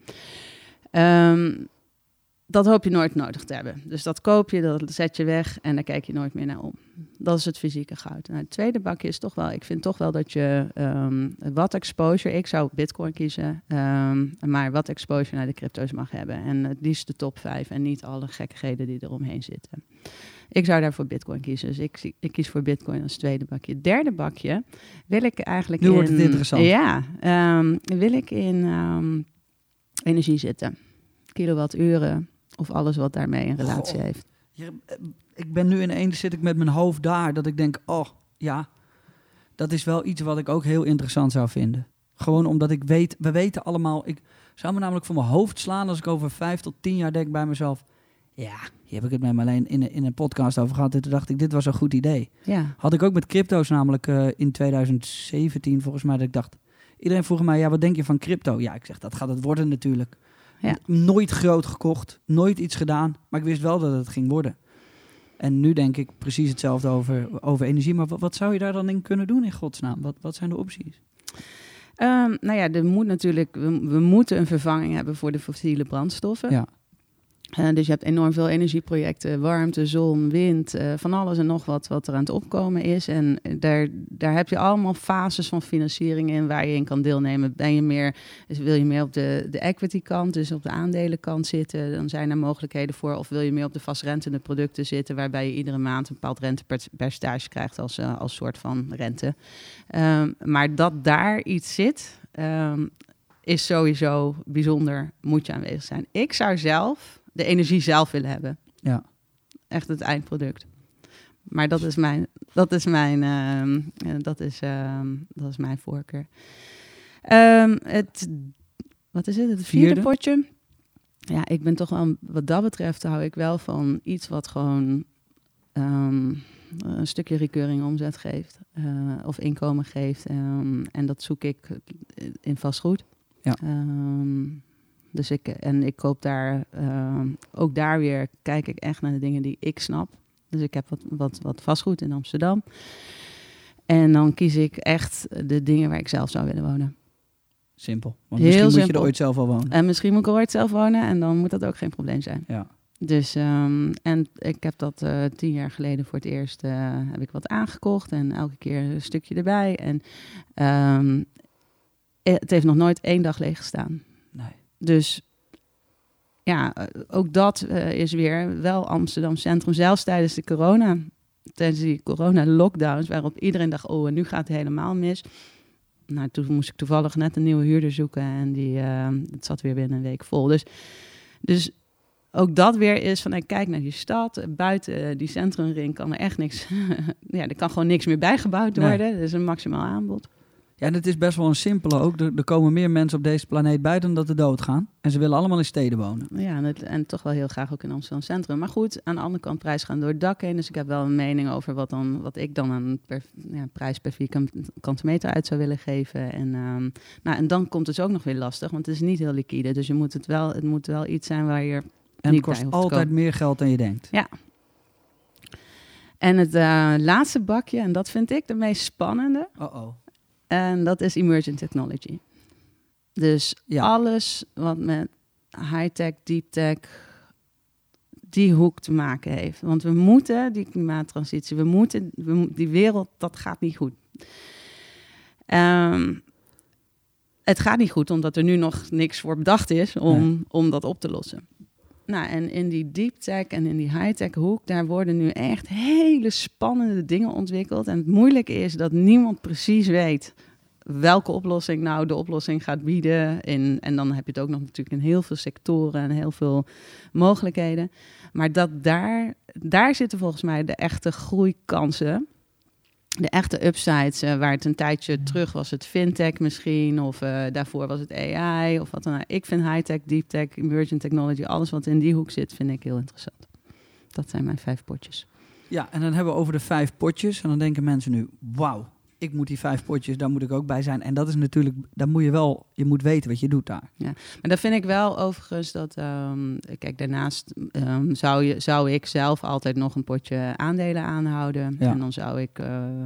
Dat hoop je nooit nodig te hebben. Dus dat koop je, dat zet je weg en daar kijk je nooit meer naar om. Dat is het fysieke goud. Nou, het tweede bakje is toch wel, ik vind toch wel dat je wat exposure, ik zou bitcoin kiezen, maar wat exposure naar de crypto's mag hebben. En het liefst de top 5 en niet alle gekkigheden die eromheen zitten. Ik zou daarvoor bitcoin kiezen. Dus ik kies voor bitcoin als tweede bakje. Het derde bakje wil ik eigenlijk nu wordt het interessant. Ja, wil ik in energie zitten. Kilowatturen of alles wat daarmee een relatie heeft. Ik ben nu ineens zit ik met mijn hoofd daar dat ik denk, dat is wel iets wat ik ook heel interessant zou vinden. Gewoon omdat ik weet, we weten allemaal, ik zou me namelijk voor mijn hoofd slaan als ik over 5 tot 10 jaar denk bij mezelf, Ja, hier heb ik het met Marleen in een podcast over gehad. En toen dacht ik, dit was een goed idee. Ja. Had ik ook met crypto's namelijk in 2017 volgens mij. Dat ik dacht, iedereen vroeg mij, ja, wat denk je van crypto? Ja, ik zeg, dat gaat het worden natuurlijk. Ja. Nooit groot gekocht, nooit iets gedaan. Maar ik wist wel dat het ging worden. En nu denk ik precies hetzelfde over energie. Maar wat zou je daar dan in kunnen doen in godsnaam? Wat zijn de opties? Nou ja, er moet natuurlijk, we moeten een vervanging hebben voor de fossiele brandstoffen. Ja. Dus je hebt enorm veel energieprojecten, warmte, zon, wind, van alles en nog wat er aan het opkomen is. En daar heb je allemaal fases van financiering in waar je in kan deelnemen. Wil je meer op de equity kant, dus op de aandelenkant zitten, dan zijn er mogelijkheden voor. Of wil je meer op de vastrentende producten zitten, waarbij je iedere maand een bepaald rentepercentage krijgt als soort van rente. Maar dat daar iets zit, is sowieso bijzonder, moet je aanwezig zijn. Ik zou zelf de energie zelf willen hebben. Ja. Echt het eindproduct. Maar dat is mijn voorkeur. Wat is het? Het vierde potje. Ja, ik ben toch wel, wat dat betreft, hou ik wel van iets wat gewoon een stukje recurring omzet geeft. Of inkomen geeft. En dat zoek ik in vastgoed. Ja. Dus ik koop daar, ook daar weer kijk ik echt naar de dingen die ik snap. Dus ik heb wat vastgoed in Amsterdam. En dan kies ik echt de dingen waar ik zelf zou willen wonen. Simpel. Want misschien moet je er ooit zelf al wonen. En misschien moet ik er ooit zelf wonen en dan moet dat ook geen probleem zijn. Ja. Dus, en ik heb dat 10 jaar geleden voor het eerst, heb ik wat aangekocht en elke keer een stukje erbij. En het heeft nog nooit 1 dag leeg gestaan. Nee. Dus ja, ook dat is weer wel Amsterdam Centrum. Zelfs tijdens die corona-lockdowns, waarop iedereen dacht, oh, en nu gaat het helemaal mis. Nou, toen moest ik toevallig net een nieuwe huurder zoeken en het zat weer binnen een week vol. Dus ook dat weer is van, ik kijk naar die stad. Buiten die centrumring kan er echt niks. Ja, er kan gewoon niks meer bijgebouwd worden. Nee. Er is een maximaal aanbod. Ja, en het is best wel een simpele ook. Er komen meer mensen op deze planeet bij dan dat er doodgaan. En ze willen allemaal in steden wonen. Ja, en toch wel heel graag ook in Amsterdam Centrum. Maar goed, aan de andere kant prijs gaan door het dak heen. Dus ik heb wel een mening over wat ik dan aan prijs per vierkante meter uit zou willen geven. En dan komt het ook nog weer lastig, want het is niet heel liquide. Dus het moet wel iets zijn waar je en het kost altijd meer geld dan je denkt. Ja. En het laatste bakje, en dat vind ik de meest spannende. En dat is emerging technology. Dus alles wat met high-tech, deep-tech, die hoek te maken heeft. Want we moeten die klimaattransitie, die wereld, dat gaat niet goed. Het gaat niet goed, omdat er nu nog niks voor bedacht is om dat op te lossen. Nou, en in die deep tech en in die high-tech hoek, daar worden nu echt hele spannende dingen ontwikkeld. En het moeilijke is dat niemand precies weet welke oplossing nou de oplossing gaat bieden. En dan heb je het ook nog natuurlijk in heel veel sectoren en heel veel mogelijkheden. Maar daar zitten volgens mij de echte groeikansen. De echte upsides, waar het een tijdje terug was het fintech misschien, of daarvoor was het AI, of wat dan ook. Ik vind high-tech, deep-tech, emerging technology, alles wat in die hoek zit, vind ik heel interessant. Dat zijn mijn 5 potjes. Ja, en dan hebben we over de 5 potjes. En dan denken mensen nu, wauw, ik moet die 5 potjes, daar moet ik ook bij zijn. En dat is natuurlijk, daar moet je moet weten wat je doet daar. Ja, maar dan vind ik wel overigens dat, kijk, daarnaast zou ik zelf altijd nog een potje aandelen aanhouden. Ja. En dan zou ik,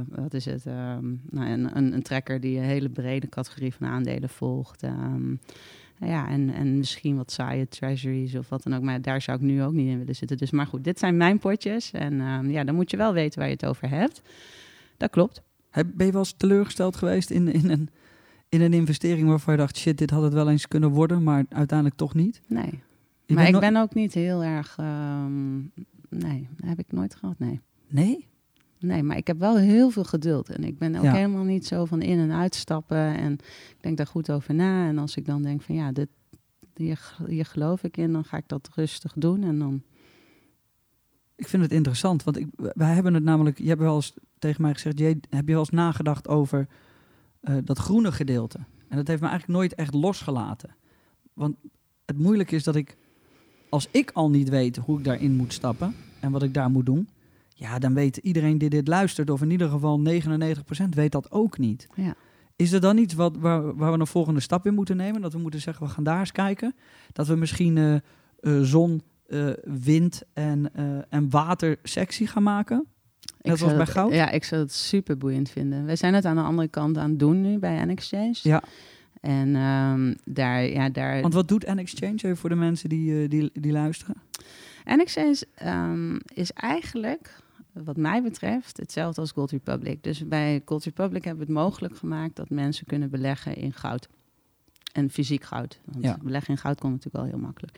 een tracker die een hele brede categorie van aandelen volgt. En misschien wat saaie treasuries of wat dan ook. Maar daar zou ik nu ook niet in willen zitten. Dus maar goed, dit zijn mijn potjes. En dan moet je wel weten waar je het over hebt. Dat klopt. Ben je wel eens teleurgesteld geweest in een investering waarvan je dacht, shit, dit had het wel eens kunnen worden, maar uiteindelijk toch niet? Nee. Maar ik ben ook niet heel erg... nee, dat heb ik nooit gehad, nee. Nee? Nee, maar ik heb wel heel veel geduld. En ik ben ook helemaal niet zo van in- en uitstappen. En ik denk daar goed over na. En als ik dan denk van hier geloof ik in, dan ga ik dat rustig doen. En dan... Ik vind het interessant, want wij hebben het namelijk... Je hebt wel eens tegen mij gezegd, heb je wel eens nagedacht over dat groene gedeelte? En dat heeft me eigenlijk nooit echt losgelaten. Want het moeilijke is dat ik als ik al niet weet hoe ik daarin moet stappen en wat ik daar moet doen, ja, dan weet iedereen die dit luistert, of in ieder geval 99% weet dat ook niet. Ja. Is er dan iets waar we een volgende stap in moeten nemen? Dat we moeten zeggen, we gaan daar eens kijken. Dat we misschien zon, wind en watersectie gaan maken? Net zoals bij goud? Ja, ik zou het super boeiend vinden. Wij zijn het aan de andere kant aan het doen nu bij N-Exchange. Ja. En daar... Want wat doet N-Exchange even voor de mensen die luisteren? N-Exchange is eigenlijk, wat mij betreft, hetzelfde als Gold Republic. Dus bij Gold Republic hebben we het mogelijk gemaakt dat mensen kunnen beleggen in goud. En fysiek goud. Want beleggen in goud kon natuurlijk wel heel makkelijk.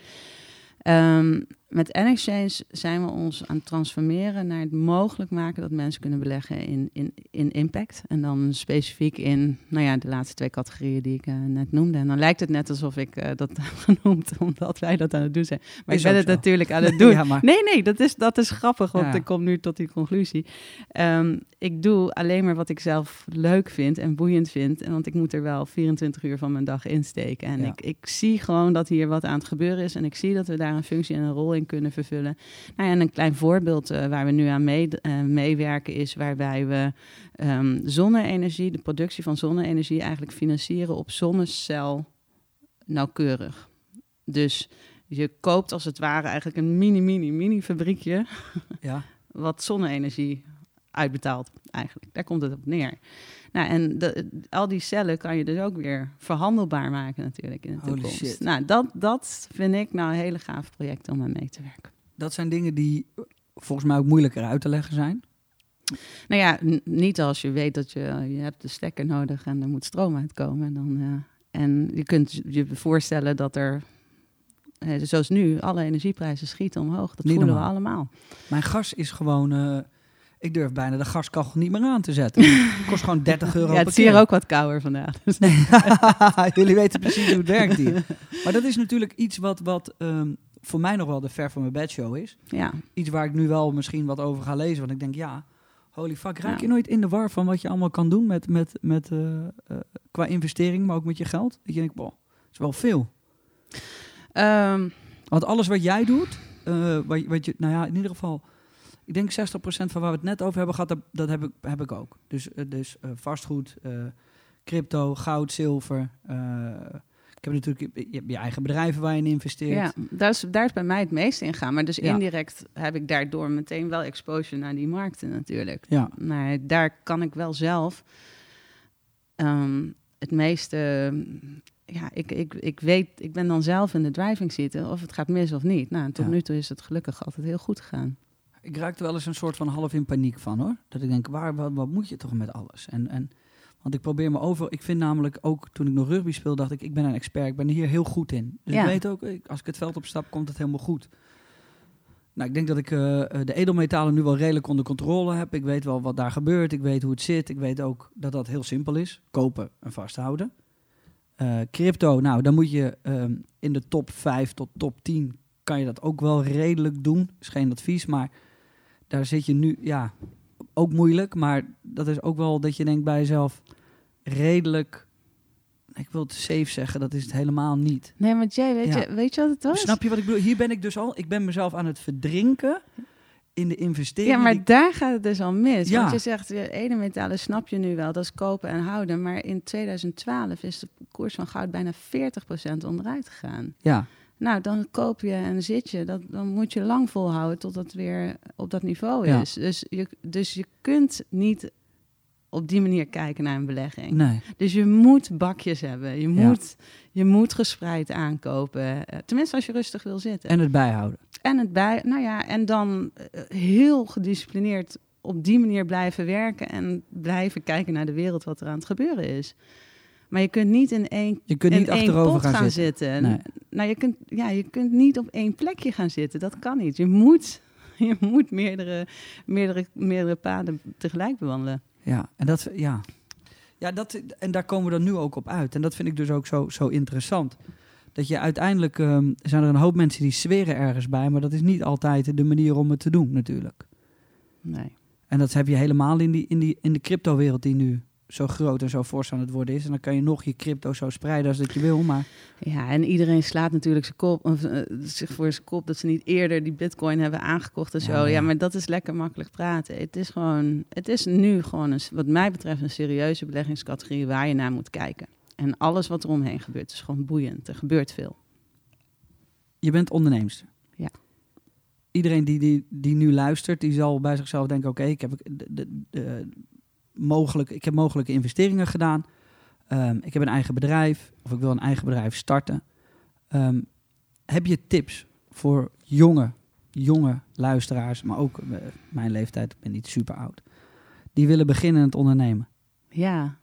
Met N-Exchange zijn we ons aan het transformeren naar het mogelijk maken dat mensen kunnen beleggen in impact. En dan specifiek in de laatste 2 categorieën die ik net noemde. En dan lijkt het net alsof ik dat heb genoemd, omdat wij dat aan het doen zijn. Maar ik ben het natuurlijk aan het doen. Ja, maar... Nee, dat is grappig, want ik kom nu tot die conclusie. Ik doe alleen maar wat ik zelf leuk vind en boeiend vind. En want ik moet er wel 24 uur van mijn dag insteken. En ik zie gewoon dat hier wat aan het gebeuren is. En ik zie dat we daar een functie en een rol in kunnen vervullen. En een klein voorbeeld waar we nu aan meewerken is waarbij we zonne-energie, de productie van zonne-energie eigenlijk financieren op zonnecel nauwkeurig. Dus je koopt als het ware eigenlijk een mini fabriekje wat zonne-energie uitbetaalt eigenlijk. Daar komt het op neer. Nou, en al die cellen kan je dus ook weer verhandelbaar maken natuurlijk in de toekomst. Shit. Nou, dat vind ik nou een hele gaaf project om aan mee te werken. Dat zijn dingen die volgens mij ook moeilijker uit te leggen zijn. Nou ja, niet als je weet dat je hebt de stekker nodig en er moet stroom uitkomen. En je kunt je voorstellen dat er, zoals nu, alle energieprijzen schieten omhoog. Dat voelen we allemaal. Mijn gas is gewoon... ik durf bijna de gaskachel niet meer aan te zetten. Het kost gewoon €30 per keer. Ja, het is hier ook wat kouder vandaag. Dus. Nee. Jullie weten precies hoe het werkt hier. Maar dat is natuurlijk iets wat voor mij nog wel de ver van mijn bedshow is. Ja. Iets waar ik nu wel misschien wat over ga lezen. Want ik denk, holy fuck, raak je nooit in de war van wat je allemaal kan doen met qua investering, maar ook met je geld? Dat je denkt, dat is wel veel. Want alles wat jij doet, wat je, in ieder geval... Ik denk 60% van waar we het net over hebben gehad, dat heb ik ook. Dus vastgoed, crypto, goud, zilver. Ik heb natuurlijk je eigen bedrijven waar je in investeert. Ja, daar is bij mij het meest in gaan. Maar dus indirect heb ik daardoor meteen wel exposure naar die markten natuurlijk. Ja. Maar daar kan ik wel zelf het meeste... ik weet, ik ben dan zelf in de driving zitten of het gaat mis of niet. Nou, tot nu toe is het gelukkig altijd heel goed gegaan. Ik raakte wel eens een soort van half in paniek van, hoor. Dat ik denk, wat moet je toch met alles? Want ik probeer ik vind namelijk ook, toen ik nog rugby speel, dacht ik ben een expert. Ik ben hier heel goed in. Dus ik weet ook, als ik het veld opstap, komt het helemaal goed. Nou, ik denk dat ik de edelmetalen nu wel redelijk onder controle heb. Ik weet wel wat daar gebeurt. Ik weet hoe het zit. Ik weet ook dat dat heel simpel is. Kopen en vasthouden. Crypto, dan moet je in de top 5 tot top 10... kan je dat ook wel redelijk doen. Is geen advies, maar daar zit je nu, ook moeilijk. Maar dat is ook wel dat je denkt bij jezelf, redelijk, ik wil het safe zeggen, dat is het helemaal niet. Nee, maar Jay, weet je wat het was? Snap je wat ik bedoel? Hier ben ik dus ik ben mezelf aan het verdrinken in de investering. Ja, maar daar gaat het dus al mis. Want je zegt, edelmetalen snap je nu wel, dat is kopen en houden. Maar in 2012 is de koers van goud bijna 40% onderuit gegaan. Ja. Nou, dan koop je en zit je. Dan moet je lang volhouden tot het weer op dat niveau is. Dus je kunt niet op die manier kijken naar een belegging. Nee. Dus je moet bakjes hebben. Je moet gespreid aankopen. Tenminste, als je rustig wil zitten. En het bijhouden. En dan heel gedisciplineerd op die manier blijven werken en blijven kijken naar de wereld wat er aan het gebeuren is. Maar je kunt niet in één achterover pot gaan zitten. Nee. Nou, je kunt niet op één plekje gaan zitten. Dat kan niet. Je moet meerdere paden tegelijk bewandelen. Ja, en daar komen we dan nu ook op uit. En dat vind ik dus ook zo interessant. Dat je uiteindelijk zijn er een hoop mensen die zweren ergens bij, maar dat is niet altijd de manier om het te doen, natuurlijk. Nee. En dat heb je helemaal in de cryptowereld die nu zo groot en zo fors aan het worden is. En dan kan je nog je crypto zo spreiden als dat je wil. Maar Ja, en iedereen slaat natuurlijk zich voor zijn kop dat ze niet eerder die bitcoin hebben aangekocht en zo. Ja, maar dat is lekker makkelijk praten. Het is nu gewoon, wat mij betreft, een serieuze beleggingscategorie waar je naar moet kijken. En alles wat er omheen gebeurt is gewoon boeiend. Er gebeurt veel. je bent onderneemster. Ja. Iedereen die nu luistert, die zal bij zichzelf denken, oké, ik heb mogelijke investeringen gedaan. Ik heb een eigen bedrijf, of ik wil een eigen bedrijf starten. Heb je tips voor jonge luisteraars, maar ook mijn leeftijd, ik ben niet super oud, die willen beginnen het ondernemen? Ja.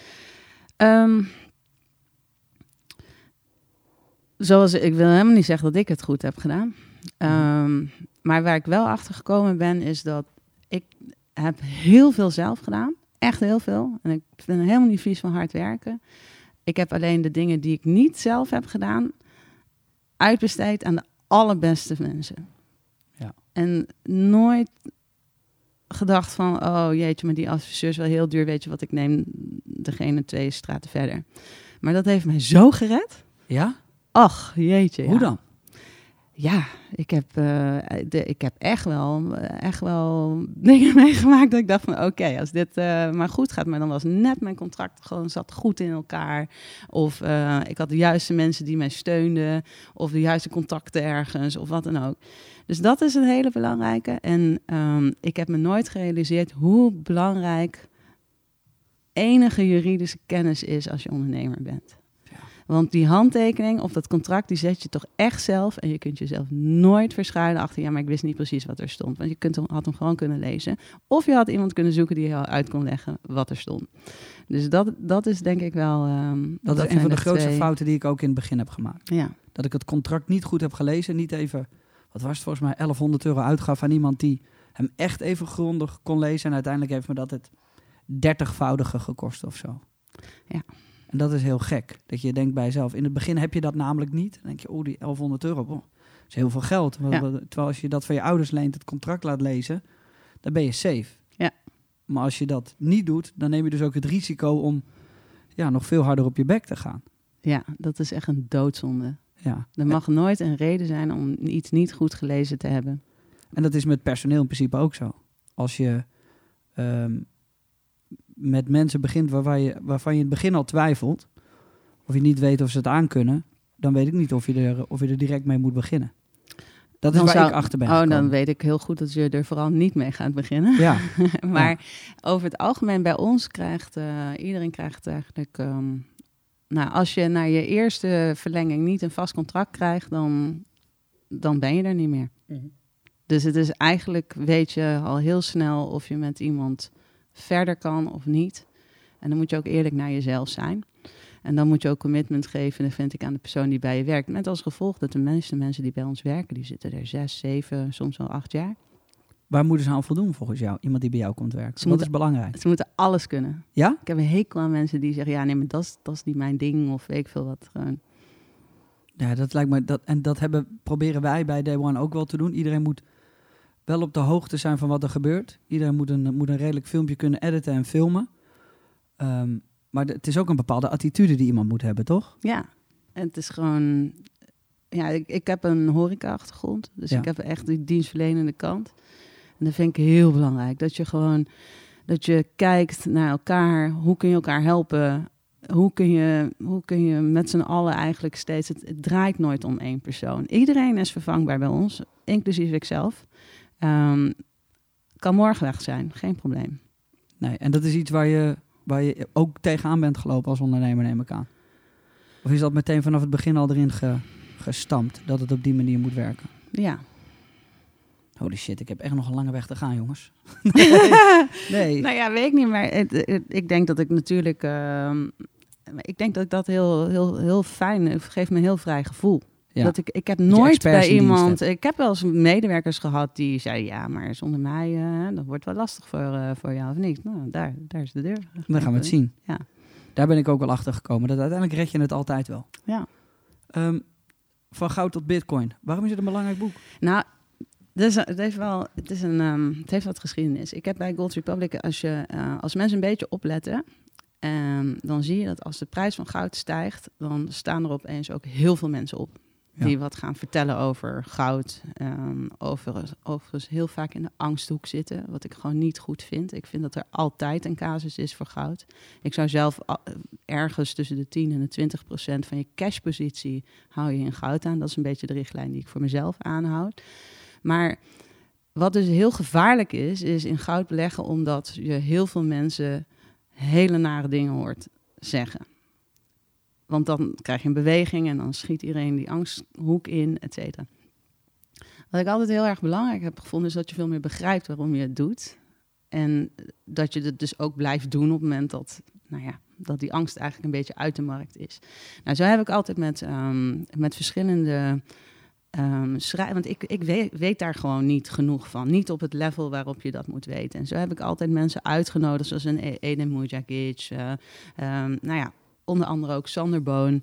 Ik wil helemaal niet zeggen dat ik het goed heb gedaan. Maar waar ik wel achter gekomen ben, is dat ik heb heel veel zelf gedaan. Echt heel veel. En ik ben helemaal niet vies van hard werken. Ik heb alleen de dingen die ik niet zelf heb gedaan, uitbesteed aan de allerbeste mensen. Ja. En nooit gedacht van, oh jeetje, maar die adviseur is wel heel duur. Weet je wat, ik neem degene 2 straten verder. Maar dat heeft mij zo gered. Ja? Ach, jeetje. Hoe dan? Ja, ik heb echt wel dingen meegemaakt dat ik dacht van oké, als dit maar goed gaat. Maar dan was net mijn contract gewoon zat goed in elkaar. Of ik had de juiste mensen die mij steunden. Of de juiste contacten ergens of wat dan ook. Dus dat is een hele belangrijke. En ik heb me nooit gerealiseerd hoe belangrijk enige juridische kennis is als je ondernemer bent. Want die handtekening of dat contract, die zet je toch echt zelf. En je kunt jezelf nooit verschuilen achter, ja, maar ik wist niet precies wat er stond. Want je had hem gewoon kunnen lezen. Of je had iemand kunnen zoeken die jou uit kon leggen wat er stond. Dus dat is denk ik wel... dat is een van de grootste fouten die ik ook in het begin heb gemaakt. Ja. Dat ik het contract niet goed heb gelezen. Niet even, wat was het volgens mij, €1100 uitgaf aan iemand die hem echt even grondig kon lezen. En uiteindelijk heeft me dat het 30-voudige gekost of zo. Ja. En dat is heel gek, dat je denkt bij jezelf. In het begin heb je dat namelijk niet. Dan denk je, die €1100, dat is heel veel geld. Ja. Terwijl als je dat van je ouders leent, het contract laat lezen, dan ben je safe. Ja. Maar als je dat niet doet, dan neem je dus ook het risico om nog veel harder op je bek te gaan. Ja, dat is echt een doodzonde. Ja. Er mag nooit een reden zijn om iets niet goed gelezen te hebben. En dat is met personeel in principe ook zo. Als je met mensen begint waarvan je in het begin al twijfelt, of je niet weet of ze het aankunnen, dan weet ik niet of je er direct mee moet beginnen. Dat is waar ik achter ben gekomen. Dan weet ik heel goed dat je er vooral niet mee gaat beginnen. Ja. Maar over het algemeen bij ons iedereen krijgt eigenlijk... als je na je eerste verlenging niet een vast contract krijgt, dan ben je er niet meer. Mm-hmm. Dus het is eigenlijk, weet je al heel snel of je met iemand verder kan of niet. En dan moet je ook eerlijk naar jezelf zijn. En dan moet je ook commitment geven, dat vind ik, aan de persoon die bij je werkt. Met als gevolg dat de meeste mensen die bij ons werken, die zitten er 6, 7, soms wel 8 jaar. Waar moeten ze aan voldoen volgens jou? Iemand die bij jou komt werken. Wat is belangrijk? Ze moeten alles kunnen. Ja? Ik heb een hekel aan mensen die zeggen, ja nee, maar dat is niet mijn ding of weet ik veel wat. Gewoon. Ja, dat lijkt me, proberen wij bij Day One ook wel te doen. Iedereen moet wel op de hoogte zijn van wat er gebeurt. Iedereen moet een redelijk filmpje kunnen editen en filmen. Maar het is ook een bepaalde attitude die iemand moet hebben, toch? Ja, en het is gewoon... Ja, ik heb een horeca-achtergrond. Dus ik heb echt die dienstverlenende kant. En dat vind ik heel belangrijk. Dat je kijkt naar elkaar. Hoe kun je elkaar helpen? Hoe kun je met z'n allen eigenlijk steeds... Het draait nooit om één persoon. Iedereen is vervangbaar bij ons, inclusief ikzelf. Kan morgen weg zijn, geen probleem. Nee, en dat is iets waar je ook tegenaan bent gelopen als ondernemer, neem ik aan. Of is dat meteen vanaf het begin al erin gestampt, dat het op die manier moet werken? Ja. Holy shit, ik heb echt nog een lange weg te gaan, jongens. Nee. Nou ja, weet ik niet, maar ik denk dat ik natuurlijk... ik denk dat ik dat heel, heel, heel fijn... Het geeft me een heel vrij gevoel. Ja. Dat ik heb nooit bij iemand... Ik heb wel eens medewerkers gehad die zeiden... Ja, maar zonder mij, dat wordt wel lastig voor jou of niet. Nou, daar is de deur. Dan gaan we het zien. Ja. Daar ben ik ook wel achter gekomen. Dat uiteindelijk red je het altijd wel. Ja. Van goud tot bitcoin. Waarom is het een belangrijk boek? Nou, het heeft wat geschiedenis. Ik heb bij Gold Republic, als mensen een beetje opletten... En dan zie je dat als de prijs van goud stijgt, dan staan er opeens ook heel veel mensen op. Die wat gaan vertellen over goud. Overigens heel vaak in de angsthoek zitten. Wat ik gewoon niet goed vind. Ik vind dat er altijd een casus is voor goud. Ik zou zelf ergens tussen de 10 en de 20% van je cashpositie hou je in goud aan. Dat is een beetje de richtlijn die ik voor mezelf aanhoud. Maar wat dus heel gevaarlijk is in goud beleggen, omdat je heel veel mensen hele nare dingen hoort zeggen. Want dan krijg je een beweging en dan schiet iedereen die angsthoek in, et cetera. Wat ik altijd heel erg belangrijk heb gevonden, is dat je veel meer begrijpt waarom je het doet. En dat je het dus ook blijft doen op het moment dat die angst eigenlijk een beetje uit de markt is. Nou, zo heb ik altijd met verschillende want ik weet daar gewoon niet genoeg van. Niet op het level waarop je dat moet weten. En zo heb ik altijd mensen uitgenodigd, zoals een Edem Mujagic, onder andere ook Sander Boon,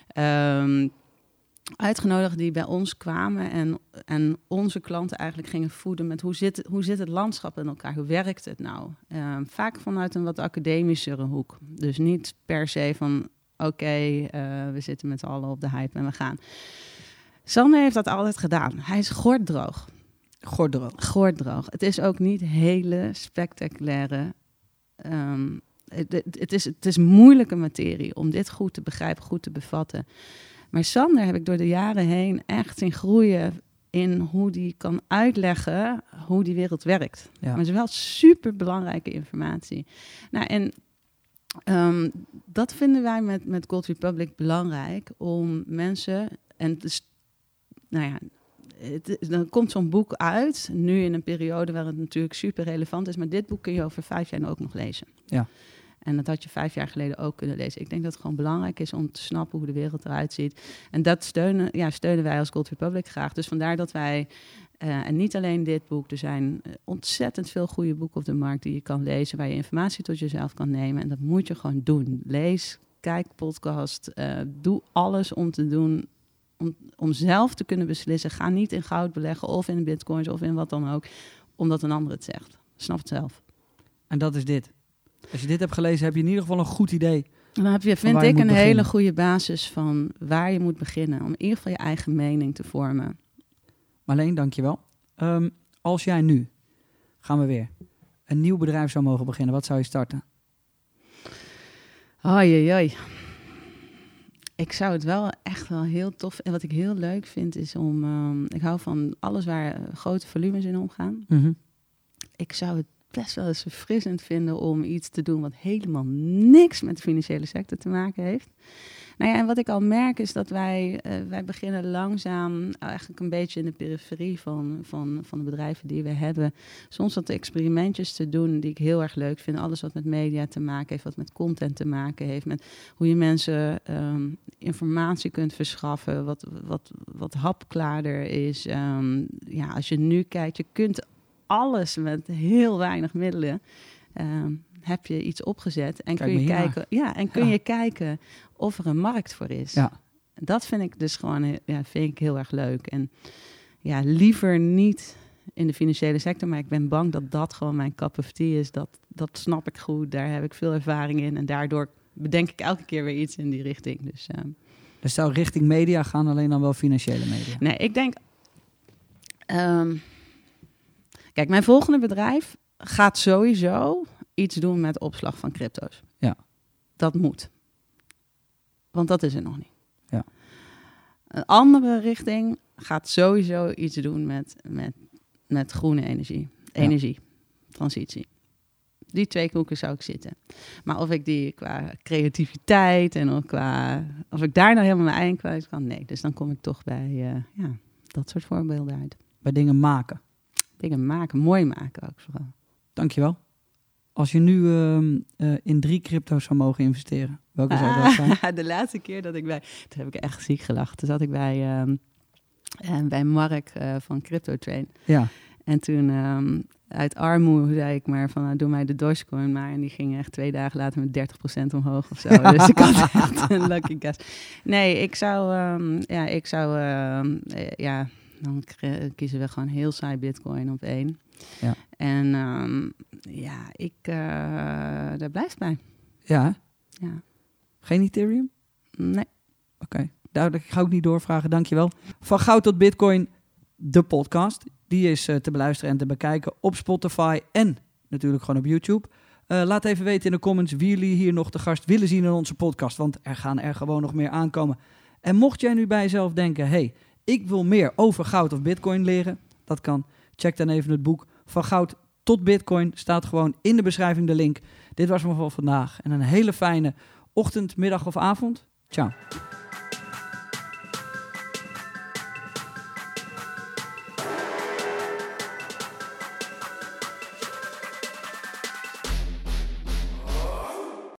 uitgenodigd die bij ons kwamen en onze klanten eigenlijk gingen voeden met hoe zit het landschap in elkaar, hoe werkt het nou? Vaak vanuit een wat academischere hoek. Dus niet per se van we zitten met z'n allen op de hype en we gaan. Sander heeft dat altijd gedaan. Hij is gorddroog. Gorddroog. Het is ook niet hele spectaculaire. Het is moeilijke materie om dit goed te begrijpen, goed te bevatten. Maar Sander heb ik door de jaren heen echt zien groeien in hoe die kan uitleggen hoe die wereld werkt. Ja. Maar het is wel super belangrijke informatie. Nou, en dat vinden wij met Gold Republic belangrijk om mensen. En dus, dan komt zo'n boek uit, nu in een periode waar het natuurlijk super relevant is, maar dit boek kun je over 5 jaar ook nog lezen. Ja. En dat had je 5 jaar geleden ook kunnen lezen. Ik denk dat het gewoon belangrijk is om te snappen hoe de wereld eruit ziet. En dat steunen wij als Gold Republic graag. Dus vandaar dat wij, en niet alleen dit boek, er zijn ontzettend veel goede boeken op de markt die je kan lezen, waar je informatie tot jezelf kan nemen. En dat moet je gewoon doen. Lees, kijk podcast, doe alles om te doen. Om zelf te kunnen beslissen, ga niet in goud beleggen of in bitcoins of in wat dan ook, omdat een ander het zegt. Snap het zelf. En dat is dit. Als je dit hebt gelezen, heb je in ieder geval een goed idee. Dan heb je, vind ik, een hele goede basis van waar je moet beginnen. Om in ieder geval je eigen mening te vormen. Marleen, dankjewel. Als jij nu, gaan we weer, een nieuw bedrijf zou mogen beginnen, wat zou je starten? Oei. Ik zou het wel echt wel heel tof. En wat ik heel leuk vind is om. Ik hou van alles waar grote volumes in omgaan. Mm-hmm. Ik zou het best wel eens verfrissend vinden om iets te doen wat helemaal niks met de financiële sector te maken heeft. Nou ja, en wat ik al merk is dat wij beginnen langzaam eigenlijk een beetje in de periferie van de bedrijven die we hebben. Soms wat experimentjes te doen die ik heel erg leuk vind. Alles wat met media te maken heeft, wat met content te maken heeft. Met hoe je mensen informatie kunt verschaffen, wat hapklaarder is. Als je nu kijkt, je kunt alles met heel weinig middelen. Heb je iets opgezet en kun je kijken of er een markt voor is. Ja. Dat vind ik dus gewoon vind ik heel erg leuk. En liever niet in de financiële sector, maar ik ben bang dat dat gewoon mijn cup of tea is. Dat snap ik goed, daar heb ik veel ervaring in en daardoor bedenk ik elke keer weer iets in die richting. Dus zou richting media gaan, alleen dan wel financiële media? Nee, ik denk. Kijk, mijn volgende bedrijf gaat sowieso iets doen met opslag van crypto's. Ja. Dat moet. Want dat is er nog niet. Ja. Een andere richting gaat sowieso iets doen met groene energie. Transitie. Die 2 hoeken zou ik zitten. Maar of ik die qua creativiteit en of ik daar nou helemaal mijn eigen kwijt kan, nee. Dus dan kom ik toch bij dat soort voorbeelden uit. Bij dingen maken. Dingen maken, mooi maken ook vooral. Dankjewel. Als je nu in 3 crypto's zou mogen investeren, welke zou dat zijn? De laatste keer dat ik toen heb ik echt ziek gelachen. Toen zat ik bij Mark van CryptoTrain. Ja. En toen uit armoede zei ik maar van, doe mij de Dogecoin maar. En die ging echt 2 dagen later met 30% omhoog of zo. Dus ik had echt een lucky guess. Nee, dan kiezen we gewoon heel saai Bitcoin op 1. Ja. En daar blijft bij. Ja, Geen Ethereum? Nee. Oké, duidelijk. Ik ga ook niet doorvragen, dankjewel. Van goud tot bitcoin, de podcast. Die is te beluisteren en te bekijken op Spotify en natuurlijk gewoon op YouTube. Laat even weten in de comments wie jullie hier nog te gast willen zien in onze podcast. Want er gaan er gewoon nog meer aankomen. En mocht jij nu bij jezelf denken, hey, ik wil meer over goud of bitcoin leren. Dat kan. Check dan even het boek Van Goud tot Bitcoin. Staat gewoon in de beschrijving de link. Dit was me voor vandaag. En een hele fijne ochtend, middag of avond. Ciao.